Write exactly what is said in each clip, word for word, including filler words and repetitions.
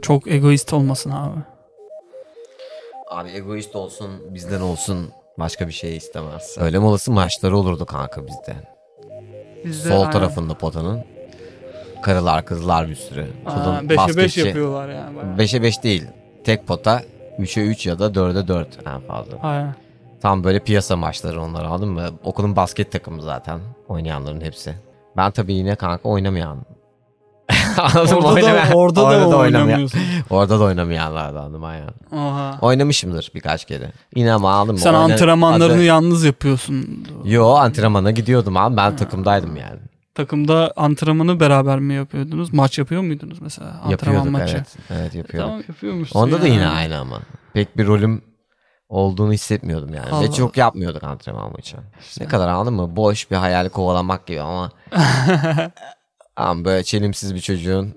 Çok egoist olmasın abi. Abi egoist olsun, bizden olsun, başka bir şey istemez. Öyle mi olası maçları olurdu kanka bizde. Bizde Sol aynen. tarafında potanın. Karılar kızlar bir sürü. Aa, beşe beş yapıyorlar yani. Bayağı. beşe beş değil. Tek pota üçe üç ya da dörde dört en fazla. Aynen. Tam böyle piyasa maçları onlar, anladın mı? Okulun basket takımı zaten oynayanların hepsi. Ben tabii yine kanka oynamayan. Anladım, orada oynamayan. da, orada, orada da oynamıyorsun. Orada da oynamayanlardandım aynen. Oha. Oynamışımdır birkaç kere. Yine ama aldım. Sen Oyna... antrenmanlarını Adı... yalnız yapıyorsun. Yo, antrenmana gidiyordum abi. Ben ha. takımdaydım yani. Takımda antrenmanı beraber mi yapıyordunuz? Maç yapıyor muydunuz mesela? Antrenman yapıyorduk maçı. evet. Evet yapıyorduk. Tamam, yapıyormuşsun. Onda yani. da yine aynı ama. Pek bir rolüm olduğunu hissetmiyordum yani. Allah. Ve çok yapmıyorduk antrenman maçı. İşte. Ne kadar, anladın mı? Boş bir hayali kovalamak gibi ama. Ama böyle çelimsiz bir çocuğun.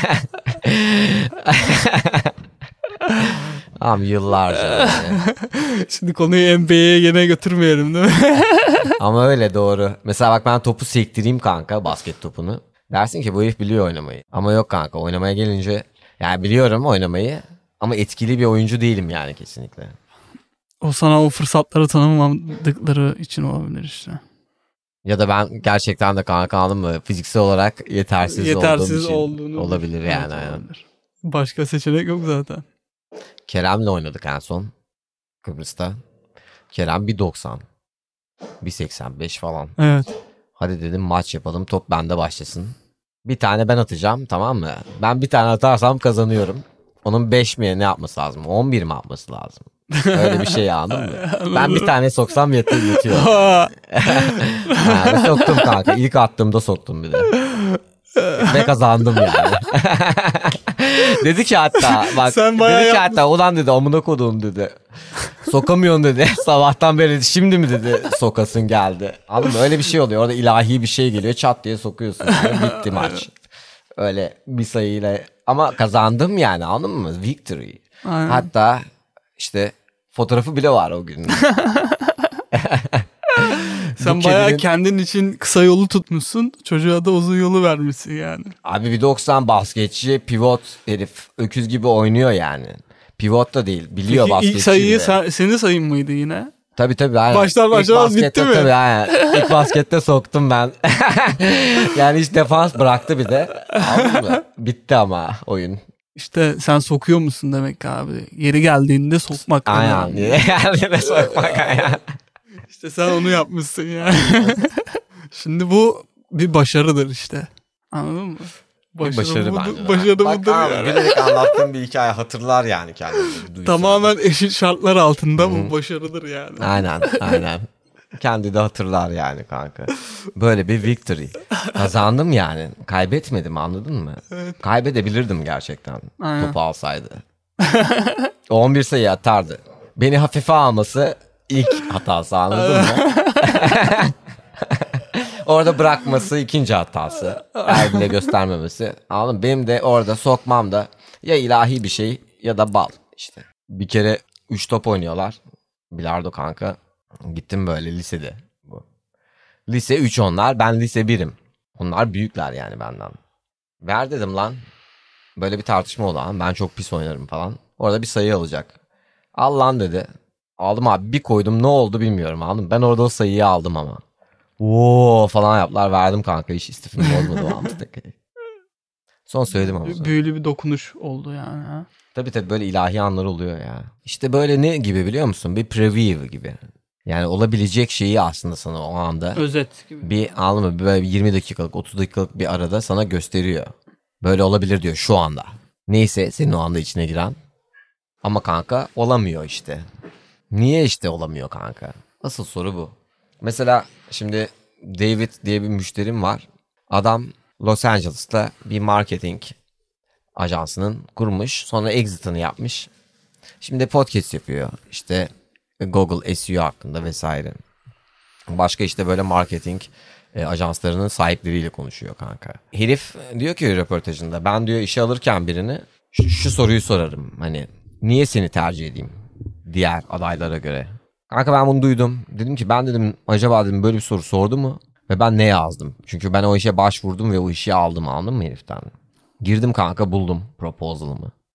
Ama yıllarca. Yani. Şimdi konuyu N B A'ye gene götürmeyelim değil mi? Ama öyle doğru. Mesela bak, ben topu sektireyim kanka, basket topunu. Dersin ki bu herif biliyor oynamayı. Ama yok kanka, oynamaya gelince yani biliyorum oynamayı ama etkili bir oyuncu değilim yani kesinlikle. O sana o fırsatları tanımadıkları için olabilir işte. Ya da ben gerçekten de kanka, anladın mı? Fiziksel olarak yetersiz, yetersiz olduğum için olduğunu olabilir evet, yani. Olabilir. Başka seçenek yok zaten. Kerem'le oynadık en son Kıbrıs'ta. Kerem bir doksan. bir seksen beş falan. Evet. Hadi dedim maç yapalım, top bende başlasın. Bir tane ben atacağım, tamam mı? Ben bir tane atarsam kazanıyorum. Onun beş mi ne yapması lazım? on bir mi atması lazım? Öyle bir şey, anladın mı? Ben bir tane soksam yeter, yetiyor. Yani soktum kanka. İlk attığımda soktum bir de. Ve kazandım yani. Dedi ki hatta bak, Sen dedi ki yap- hatta ulan dedi, amına koduğum dedi. Sokamıyorsun dedi. Sabahtan beri dedi. Şimdi mi dedi sokasın geldi. Anladın mı? Öyle bir şey oluyor. Orada ilahi bir şey geliyor. Çat diye sokuyorsun. Yani. Bitti maç. Öyle bir sayıyla. Ama kazandım yani, anladın mı? Victory. Aynen. Hatta işte fotoğrafı bile var o gün. Sen Bu bayağı kedinin... kendin için kısa yolu tutmuşsun. Çocuğa da uzun yolu vermişsin yani. Abi bir doksan basketçi, pivot herif. Öküz gibi oynuyor yani. Pivot da değil. Biliyor Peki basketçi. ilk sayıyı de. sen, senin sayın mıydı yine? Tabii tabii. Aynen. Başlar başlamaz bitti mi? Tabii, aynen. İlk baskette soktum ben. Yani hiç defans bıraktı bir de. Anladın mı? Bitti ama oyun. İşte sen sokuyor musun demek ki abi. Yeri geldiğinde sokmak. Aynen. Yeri geldiğinde sokmak aynen. İşte sen onu yapmışsın yani. Şimdi bu bir başarıdır işte. Anladın mı? Başarı, başarı budur, bence. başarı Bak budur abi, yani. gülerek anlattığım bir hikaye hatırlar yani kendini. Tamamen eşit şartlar altında bu başarıdır yani. Aynen aynen. Kendi de hatırlar yani kanka. Böyle bir victory. Kazandım yani. Kaybetmedim, anladın mı? Evet. Kaybedebilirdim gerçekten. Aynen. Topu alsaydı. on bir sayı atardı. Beni hafife alması ilk hatası, anladın mı? Orada bırakması ikinci hatası. El bile göstermemesi. Anladın mı? Benim de orada sokmam da ya ilahi bir şey ya da bal işte. Bir kere üç top oynuyorlar. Bilardo kanka. Gittim böyle lisede. Bu. Lise üç onlar. Ben lise birim. Onlar büyükler yani benden. Ver dedim lan. Böyle bir tartışma oldu. Ben çok pis oynarım falan. Orada bir sayı alacak. Al lan dedi. Aldım abi, bir koydum, ne oldu bilmiyorum, anladın mı? Ben orada o sayıyı aldım ama. Ooo falan yaptılar, verdim kanka, hiç istifimi bozmadı o amstaki. Son söyledim ama. Sonra. Büyülü bir dokunuş oldu yani. Ha? Tabii tabii, böyle ilahi anlar oluyor ya. İşte böyle ne gibi biliyor musun? Bir preview gibi. Yani olabilecek şeyi aslında sana o anda. Özet gibi. Bir, anladın mı? Böyle yirmi dakikalık otuz dakikalık bir arada sana gösteriyor. Böyle olabilir diyor şu anda. Neyse senin o anda içine giren. Ama kanka olamıyor işte. Niye işte olamıyor kanka? Asıl soru bu. Mesela şimdi David diye bir müşterim var. Adam Los Angeles'ta bir marketing ajansının kurmuş. Sonra exit'ini yapmış. Şimdi podcast yapıyor. İşte Google S E O hakkında vesaire. Başka işte böyle marketing e, ajanslarının sahipleriyle konuşuyor kanka. Herif diyor ki röportajında, ben diyor işe alırken birini şu, şu soruyu sorarım. Hani niye seni tercih edeyim diğer adaylara göre? Kanka ben bunu duydum. Dedim ki ben dedim acaba dedim böyle bir soru sordu mu? Ve ben ne yazdım? Çünkü ben o işe başvurdum ve o işi aldım, anladın mı heriften? Girdim kanka, buldum proposal'ımı.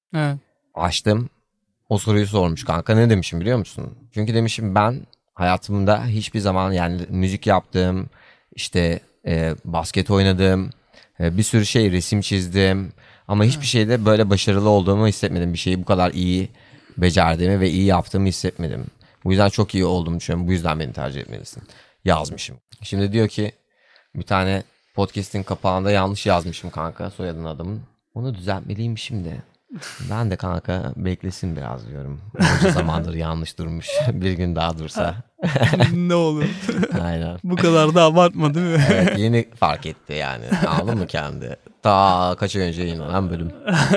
Evet. Açtım. O soruyu sormuş kanka. Ne demişim biliyor musun? Çünkü demişim ben hayatımda hiçbir zaman yani müzik yaptım, işte e, basket oynadım, e, bir sürü şey resim çizdim. Ama hiçbir şeyde böyle başarılı olduğumu hissetmedim. Bir şeyi bu kadar iyi becerdiğimi ve iyi yaptığımı hissetmedim. Bu yüzden çok iyi olduğumu düşünüyorum. Bu yüzden beni tercih etmelisin. Yazmışım. Şimdi diyor ki bir tane podcast'in kapağında yanlış yazmışım kanka soyadını adamın. Onu düzeltmeliyim şimdi. Ben de kanka beklesin biraz diyorum. Onca zamandır yanlış durmuş. Bir gün daha dursa. Ne olur. Aynen. Bu kadar da abartma değil mi? Evet, yeni fark etti yani. Anladın mı kendi? Ta kaç ay önce yayınlanan bölüm.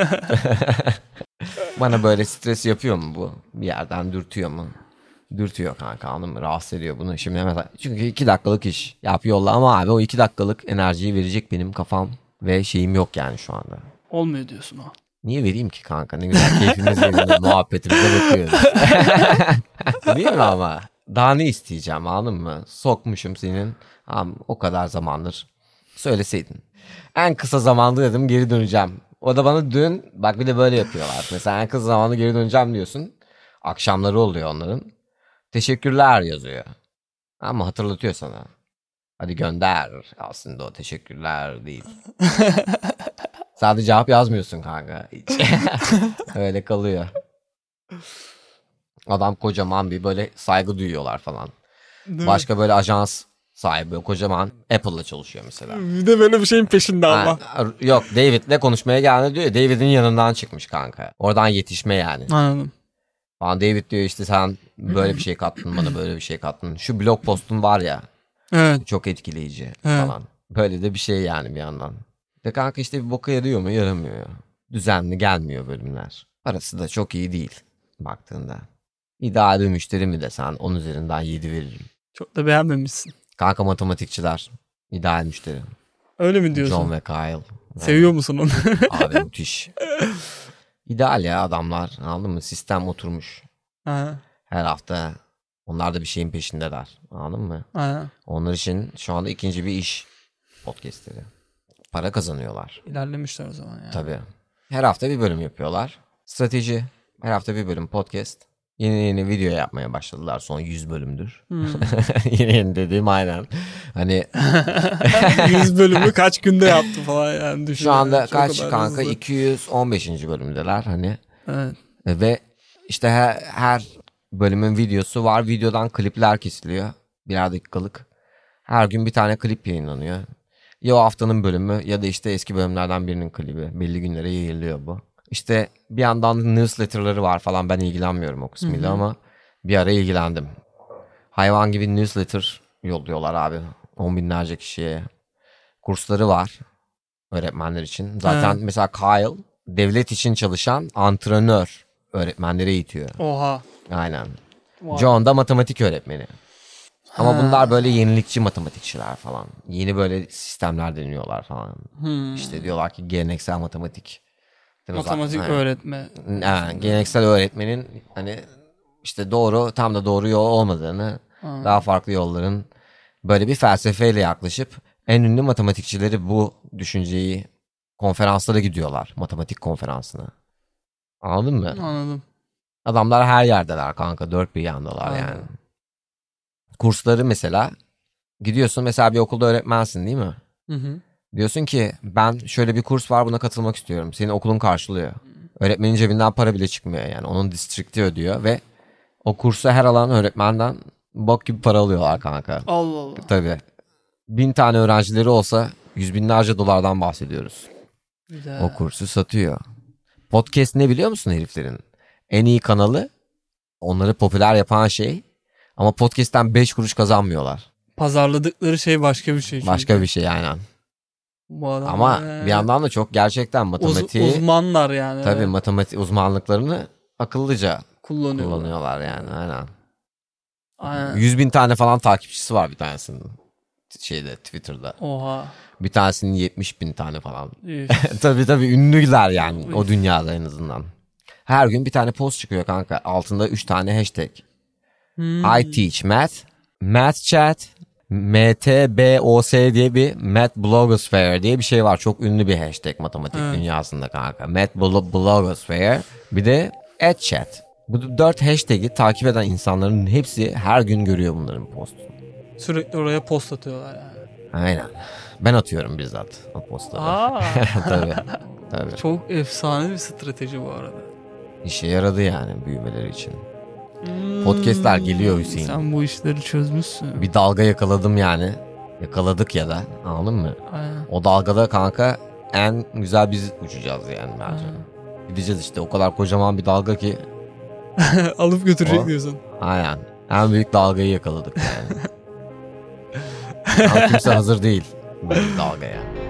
Bana böyle stres yapıyor mu bu? Bir yerden dürtüyor mu? Dürtüyor kanka, anladın mı? Rahatsız ediyor bunu. Şimdi hemen çünkü iki dakikalık iş. Yap yolla ama abi o iki dakikalık enerjiyi verecek benim kafam ve şeyim yok yani şu anda. Olmuyor diyorsun o. Niye vereyim ki kanka? Ne güzel keyfimiz yerinde muhabbetimize bakıyoruz. Değil mi ama? Daha ne isteyeceğim, anladın mı? Sokmuşum senin. Am, o kadar zamandır. Söyleseydin. En kısa zamanda dedim geri döneceğim. O da bana dün bak bir de böyle yapıyorlar. Mesela en kısa zamanda geri döneceğim diyorsun. Akşamları oluyor onların. Teşekkürler yazıyor. Ama hatırlatıyor sana. Hadi gönder. Aslında o teşekkürler değil. Sadece cevap yazmıyorsun kanka. Hiç. Öyle kalıyor. Adam kocaman bir böyle saygı duyuyorlar falan. Değil Başka böyle ajans sahibi kocaman Apple'la çalışıyor mesela. Bir de böyle bir şeyin peşinde ama. Ha, yok David'le konuşmaya geldi diyor ya, David'in yanından çıkmış kanka. Oradan yetişme yani. Anladım. Falan David diyor işte sen böyle bir şey kattın bana, böyle bir şey kattın. Şu blog postun var ya. Evet. Çok etkileyici Evet. falan. Böyle de bir şey yani bir yandan. Ve kanka işte bir boka yarıyor mu? Yaramıyor ya. Düzenli gelmiyor bölümler. Parası da çok iyi değil baktığında. İdeal bir müşteri mi desen on üzerinden yedi veririm. Çok da beğenmemişsin. Kanka matematikçiler. İdeal müşteri. Öyle mi diyorsun? John ve Kyle. Seviyor musun onu? Abi müthiş. İdeal ya adamlar, anladın mı? Sistem oturmuş. Ha, Her hafta onlar da bir şeyin peşindeler. Anladın mı? ha. Onlar için şu anda ikinci bir iş podcastleri. Para kazanıyorlar. İlerlemişler o zaman ya. Tabii. Her hafta bir bölüm yapıyorlar. Strateji. Her hafta bir bölüm podcast. Yeni yeni video yapmaya başladılar. Son yüz bölümdür. Hmm. yeni yeni dediğim aynen. Hani yüz bölümü kaç günde yaptı falan yani. Düşün şu anda yani. Çok kaç kadar kanka? hızlı. iki yüz on beşinci bölümdeler hani. Evet. Ve işte her, her bölümün videosu var. Videodan klipler kesiliyor. Birer dakikalık. Her gün bir tane klip yayınlanıyor. Ya o haftanın bölümü ya da işte eski bölümlerden birinin klibi. Belli günlere yayılıyor bu. İşte bir yandan newsletter'ları var falan. Ben ilgilenmiyorum o kısmıyla Hı hı. ama bir ara ilgilendim. Hayvan gibi newsletter yolluyorlar abi. On binlerce kişiye. Kursları var öğretmenler için. Zaten Evet. mesela Kyle devlet için çalışan antrenör öğretmenleri eğitiyor. Oha. Aynen. Vay. John da matematik öğretmeni. Ama Ha. bunlar böyle yenilikçi matematikçiler falan. Yeni böyle sistemler deniyorlar falan. Hmm. İşte diyorlar ki geleneksel matematik. Matematik Yani, öğretme. yani geleneksel öğretmenin hani işte doğru tam da doğru yol olmadığını, Ha. daha farklı yolların böyle bir felsefeyle yaklaşıp en ünlü matematikçileri bu düşünceyi konferanslara gidiyorlar. Matematik konferansına. Anladın mı? Anladım. Adamlar her yerdeler kanka. Dört bir yandalar Aynen. yani. Kursları mesela gidiyorsun mesela bir okulda öğretmensin değil mi? Hı hı. Diyorsun ki ben şöyle bir kurs var buna katılmak istiyorum. Senin okulun karşılıyor. Öğretmenin cebinden para bile çıkmıyor yani. Onun distrikti ödüyor ve o kursa her alan öğretmenden bok gibi para alıyorlar kanka. Allah Allah. Tabii. Bin tane öğrencileri olsa yüz binlerce dolardan bahsediyoruz. Güzel. O kursu satıyor. Podcast ne biliyor musun heriflerin? En iyi kanalı, onları popüler yapan şey. Ama podcast'ten beş kuruş kazanmıyorlar. Pazarladıkları şey başka bir şey. Çünkü. Başka bir şey aynen. Bu adamlar, Ama ee, bir yandan da çok gerçekten uz- matematiği, uzmanlar yani. tabii evet. matematik uzmanlıklarını akıllıca Kullanıyorlar. kullanıyorlar yani aynen. Aynen. yüz bin tane falan takipçisi var bir tanesinin şeyde Twitter'da. Oha. Bir tanesinin yetmiş bin tane falan. Üf. tabii tabii ünlüler yani o dünyada en azından. Her gün bir tane post çıkıyor kanka. Altında üç tane hashtag. Hmm. I teach math, math chat, M T B O S diye bir Mad Blogosphere diye bir şey var. Çok ünlü bir hashtag matematik Evet. dünyasında kanka. Mad Blo- Blogosphere. Bir de @chat. Bu dört hashtag'i takip eden insanların hepsi her gün görüyor bunların postunu. Sürekli oraya post atıyorlar yani. Aynen. Ben atıyorum bizzat o postları. Aa, Tabii. Tabii. çok efsane bir strateji bu arada. İşe yaradı yani büyümeleri için. Hmm, Podcast'ler geliyor Hüseyin. Sen bu işleri çözmüşsün. Bir dalga yakaladım yani. Yakaladık ya da. Anladın mı? Aynen. O dalgada kanka en güzel biz uçacağız yani bence. Aynen. Gideceğiz işte, o kadar kocaman bir dalga ki. Alıp götürecek O- diyorsun. Aynen. En büyük dalgayı yakaladık yani. Ama kimse hazır değil böyle bir dalgaya.